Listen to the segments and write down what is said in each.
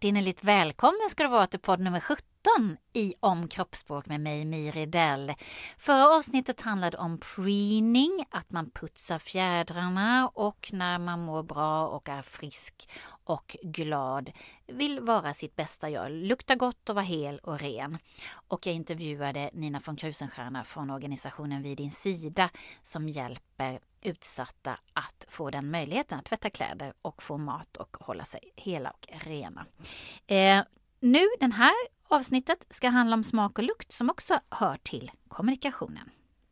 Hjärtinnerligt välkommen ska du vara till podd nummer 17 i Om kroppsspråk med mig, Miri Dell. Förra avsnittet handlade om preening, att man putsar fjädrarna och när man mår bra och är frisk och glad vill vara sitt bästa jag, lukta gott och vara hel och ren. Och jag intervjuade Nina von Krusenstjerna från organisationen Vid din sida som hjälper utsatta att få den möjligheten att tvätta kläder och få mat och hålla sig hela och rena. Nu den här avsnittet ska handla om smak och lukt som också hör till kommunikationen.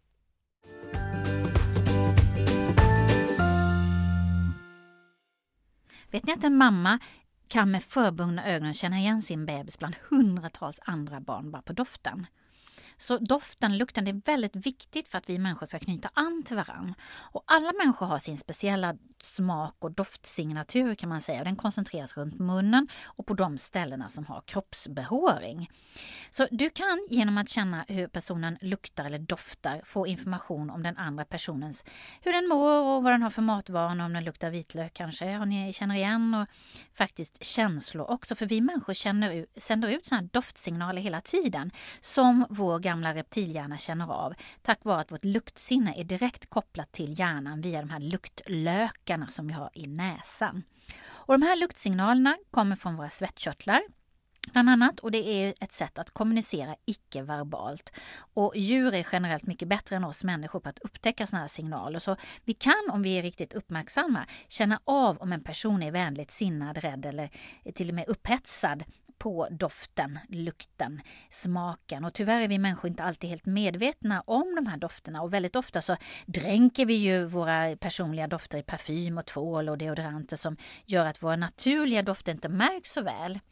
Vet ni att en mamma kan med förbundna ögon känna igen sin bebis bland hundratals andra barn bara på doften? Så doften, lukten, det är väldigt viktigt för att vi människor ska knyta an till varandra. Och alla människor har sin speciella smak- och doftsignatur kan man säga. Och den koncentreras runt munnen och på de ställena som har kroppsbehåring. Så du kan genom att känna hur personen luktar eller doftar få information om den andra personens, hur den mår och vad den har för matvanor, om den luktar vitlök kanske. Har ni känner igen och faktiskt känslor också. För vi människor sänder ut sådana här doftsignaler hela tiden som vår gamla reptilhjärna känner av, tack vare att vårt luktsinne är direkt kopplat till hjärnan via de här luktlökarna som vi har i näsan. Och de här luktsignalerna kommer från våra svettkörtlar bland annat, och det är ett sätt att kommunicera icke-verbalt. Och djur är generellt mycket bättre än oss människor på att upptäcka sådana här signaler. Så vi kan, om vi är riktigt uppmärksamma, känna av om en person är vänligt sinnad, rädd eller till och med upphetsad på doften, lukten, smaken. Och tyvärr är vi människor inte alltid helt medvetna om de här dofterna. Och väldigt ofta så dränker vi ju våra personliga dofter i parfym och tvål och deodoranter som gör att våra naturliga dofter inte märks så väl.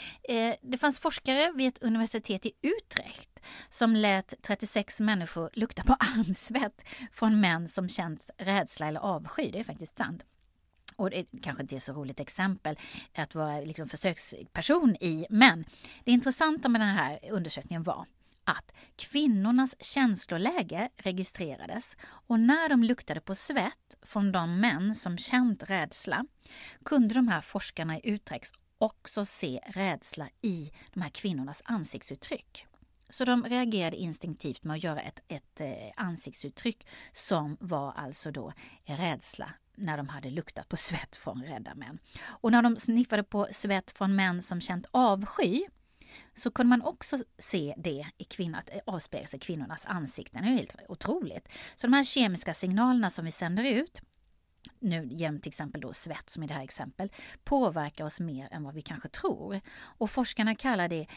Det fanns forskare vid ett universitet i Utrecht som lät 36 människor lukta på armsvett från män som känt rädsla eller avsky. Det är faktiskt sant. Och det kanske inte är så roligt exempel att vara liksom försöksperson i. Men det intressanta med den här undersökningen var att kvinnornas känsloläge registrerades. Och när de luktade på svett från de män som känt rädsla kunde de här forskarna i Utrecht också se rädsla i de här kvinnornas ansiktsuttryck. Så de reagerade instinktivt med att göra ett ansiktsuttryck som var alltså då rädsla när de hade luktat på svett från rädda män. Och när de sniffade på svett från män som känt avsky så kunde man också se det att avspegla sig i kvinnornas ansikten. Det är helt otroligt. Så de här kemiska signalerna som vi sänder ut nu genom till exempel då svett som i det här exempel påverkar oss mer än vad vi kanske tror. Och forskarna kallar det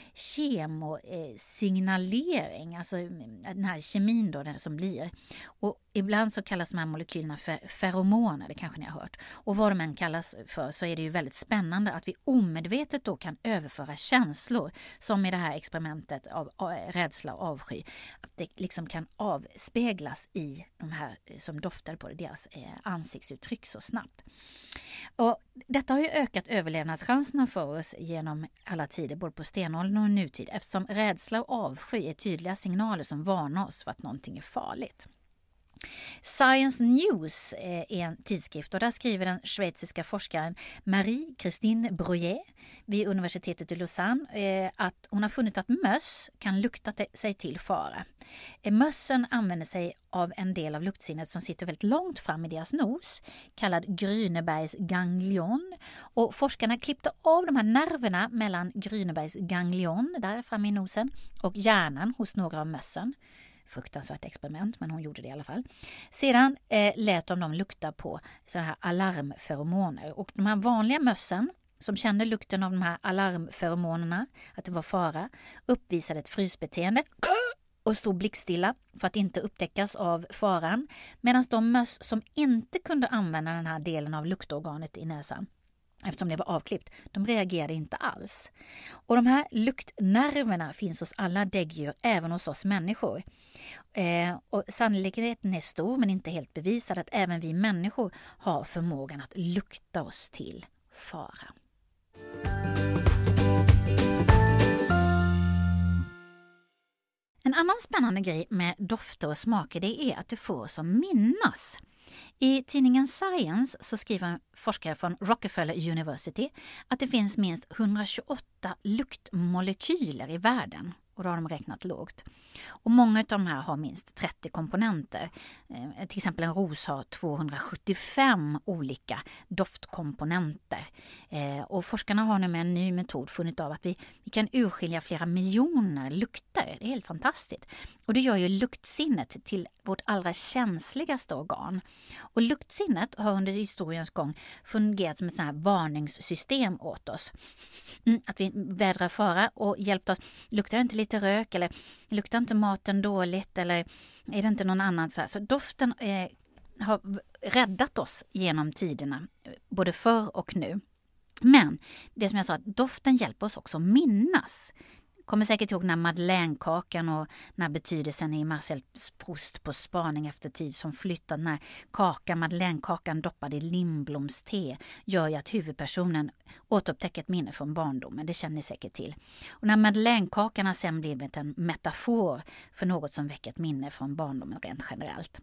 kemosignalering, alltså den här kemin då som blir. Och ibland så kallas de här molekylerna för feromoner, det kanske ni har hört. Och vad de än kallas för så är det ju väldigt spännande att vi omedvetet då kan överföra känslor som i det här experimentet av rädsla och avsky. Att det liksom kan avspeglas i de här som doftar på deras ansiktsuttryck så snabbt. Och detta har ju ökat överlevnadschanserna för oss genom alla tider, både på stenåldern och nutid, eftersom rädsla och avsky är tydliga signaler som varnar oss för att någonting är farligt. Science News är en tidskrift och där skriver den schweiziska forskaren Marie-Christine Breuer vid universitetet i Lausanne att hon har funnit att möss kan lukta sig till fara. Mössen använder sig av en del av luktsinnet som sitter väldigt långt fram i deras nos, kallad Grünebergs ganglion. Och forskarna klippte av de här nerverna mellan Grünebergs ganglion, där framme i nosen, och hjärnan hos några av mössen. Fruktansvärt experiment, men hon gjorde det i alla fall. Sedan lät de dem lukta på så här alarmferomoner. Och de här vanliga mössen som kände lukten av de här alarmferomonerna, att det var fara, uppvisade ett frysbeteende och stod blickstilla för att inte upptäckas av faran. Medan de möss som inte kunde använda den här delen av luktorganet i näsan, eftersom det var avklippt, de reagerade inte alls. Och de här luktnerverna finns hos alla däggdjur, även hos oss människor. Och sannolikheten är stor men inte helt bevisad att även vi människor har förmågan att lukta oss till fara. En annan spännande grej med dofter och smaker, det är att det får oss att minnas. I tidningen Science så skriver forskare från Rockefeller University att det finns minst 128 luktmolekyler i världen. Och då har de räknat lågt. Och många av de här har minst 30 komponenter. Till exempel en ros har 275 olika doftkomponenter. Och forskarna har nu med en ny metod funnit av att vi kan urskilja flera miljoner lukter. Det är helt fantastiskt. Och det gör ju luktsinnet till vårt allra känsligaste organ. Och luktsinnet har under historiens gång fungerat som ett sånt här varningssystem åt oss. Att vi vädrar fara och hjälpt oss. Luktar inte lite rök eller luktar inte maten dåligt eller är det inte någon annan så här. Så doften har räddat oss genom tiderna, både förr och nu. Men det som jag sa, att doften hjälper oss också att minnas. Kommer säkert ihåg när Madeleinekakan och när betydelsen i Marcel Proust på spaning efter tid som flyttade, när Madeleinekakan doppad i lindblomste gör ju att huvudpersonen återupptäcker ett minne från barndomen. Det känner ni säkert till. Och när Madeleinekakan har sen blivit en metafor för något som väcker ett minne från barndomen rent generellt.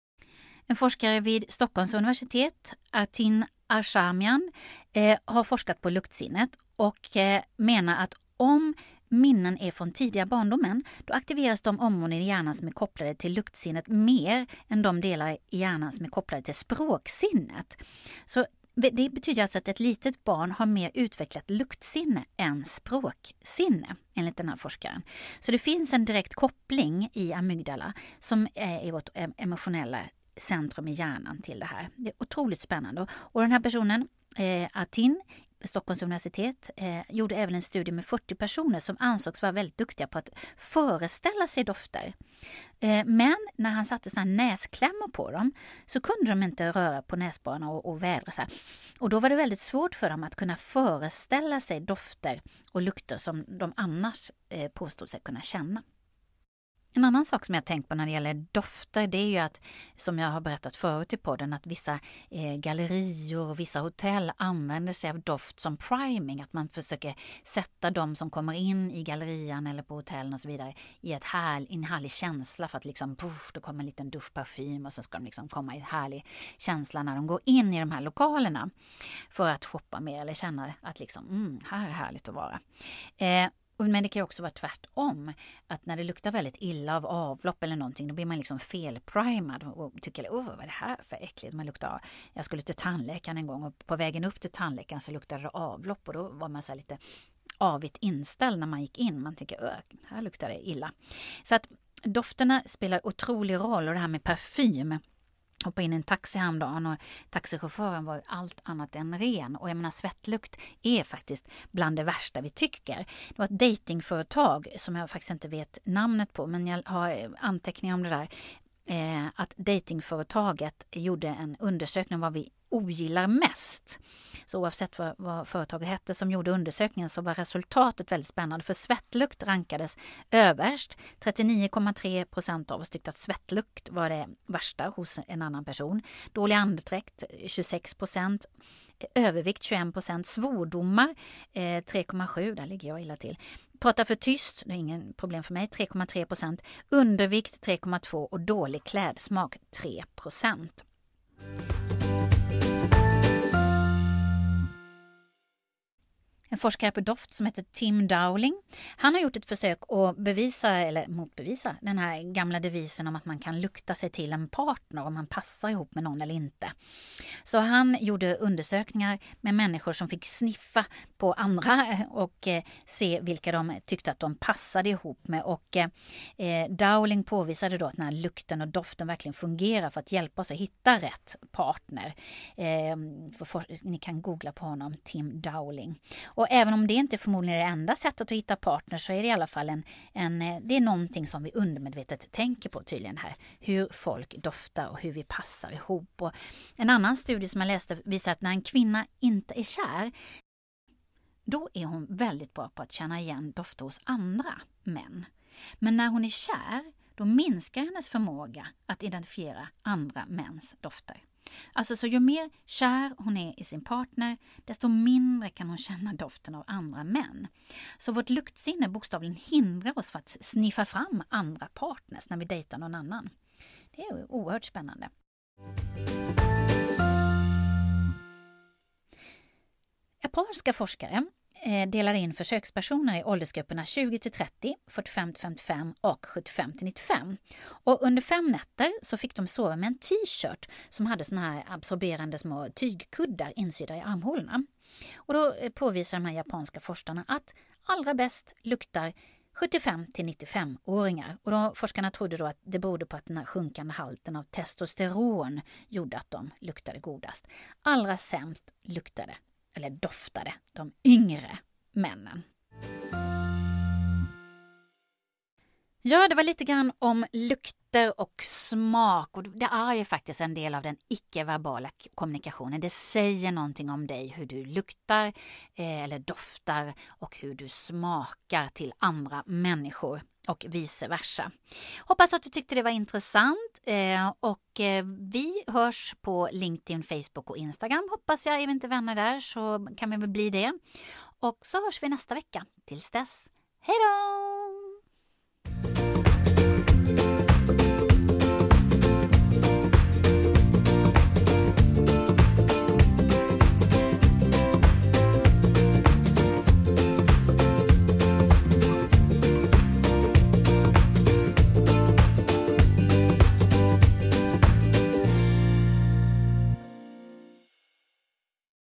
En forskare vid Stockholms universitet, Artin Arshamian, har forskat på luktsinnet och menar att om minnen är från tidiga barndomen, då aktiveras de områden i hjärnan som är kopplade till luktsinnet mer än de delar i hjärnan som är kopplade till språksinnet. Så det betyder alltså att ett litet barn har mer utvecklat luktsinne än språksinne, enligt den här forskaren. Så det finns en direkt koppling i amygdala som är vårt emotionella centrum i hjärnan till det här. Det är otroligt spännande. Och den här personen, Artin, Stockholms universitet, gjorde även en studie med 40 personer som ansågs vara väldigt duktiga på att föreställa sig dofter. Men när han satte såna näsklämmor på dem så kunde de inte röra på näsborrarna och vädra så här. Och då var det väldigt svårt för dem att kunna föreställa sig dofter och lukter som de annars påstod sig kunna känna. En annan sak som jag tänkt på när det gäller dofter, det är ju att, som jag har berättat förut i podden, att vissa gallerior och vissa hotell använder sig av doft som priming. Att man försöker sätta de som kommer in i gallerian eller på hotellen och så vidare i en härlig känsla för att liksom, det kommer en liten duschparfym och så ska de liksom komma i en härlig känsla när de går in i de här lokalerna för att shoppa mer eller känna att liksom, här är härligt att vara. Men det kan ju också vara tvärtom, att när det luktar väldigt illa av avlopp eller någonting, då blir man liksom felprimad och tycker, vad är det här för äckligt? Man luktar, jag skulle till tandläkaren en gång och på vägen upp till tandläkaren så luktade det avlopp och då var man så här lite avigt inställd när man gick in. Man tycker, här luktar det illa. Så att dofterna spelar otrolig roll, och det här med parfym. Hoppade in i en taxi häromdagen och taxichauffören var allt annat än ren. Och jag menar, svettlukt är faktiskt bland det värsta vi tycker. Det var ett datingföretag som jag faktiskt inte vet namnet på, men jag har anteckningar om det där. Att datingföretaget gjorde en undersökning om vad vi ogillar mest. Så oavsett vad företaget hette som gjorde undersökningen så var resultatet väldigt spännande. För svettlukt rankades överst. 39,3% av oss tyckte att svettlukt var det värsta hos en annan person. Dålig andedräkt 26%. Övervikt 21%. Svordomar 3,7%. Där ligger jag illa till. Prata för tyst, det är ingen problem för mig, 3,3%. Undervikt 3,2% och dålig klädsmak 3%. En forskare på doft som heter Tim Dowling. Han har gjort ett försök att bevisa eller motbevisa den här gamla devisen om att man kan lukta sig till en partner om man passar ihop med någon eller inte. Så han gjorde undersökningar med människor som fick sniffa på andra och se vilka de tyckte att de passade ihop med. Och Dowling påvisade då att den här lukten och doften verkligen fungerar för att hjälpa oss att hitta rätt partner. Ni kan googla på honom, Tim Dowling. Och även om det inte förmodligen är det enda sättet att hitta partner, så är det i alla fall det är någonting som vi undermedvetet tänker på tydligen här. Hur folk doftar och hur vi passar ihop. Och en annan studie som jag läste visar att när en kvinna inte är kär, då är hon väldigt bra på att känna igen dofter hos andra män. Men när hon är kär, då minskar hennes förmåga att identifiera andra mäns dofter. Alltså så ju mer kär hon är i sin partner, desto mindre kan hon känna doften av andra män. Så vårt luktsinne bokstavligen hindrar oss för att sniffa fram andra partners när vi dejtar någon annan. Det är oerhört spännande. Japanska forskare delar in försökspersoner i åldersgrupperna 20-30, 45-55 och 75-95. Och under 5 nätter så fick de sova med en t-shirt som hade såna här absorberande små tygkuddar insydda i armhålorna. Och då påvisar de här japanska forskarna att allra bäst luktar 75-95-åringar. Och då, forskarna trodde då att det berodde på att den här sjunkande halten av testosteron gjorde att de luktade godast. Allra sämst luktade, eller doftade, de yngre männen. Ja, det var lite grann om lukter och smak, och det är ju faktiskt en del av den icke-verbala kommunikationen. Det säger någonting om dig, hur du luktar eller doftar och hur du smakar till andra människor och vice versa. Hoppas att du tyckte det var intressant och vi hörs på LinkedIn, Facebook och Instagram. Hoppas jag, är vi inte vänner där så kan vi väl bli det. Och så hörs vi nästa vecka. Tills dess, hej då!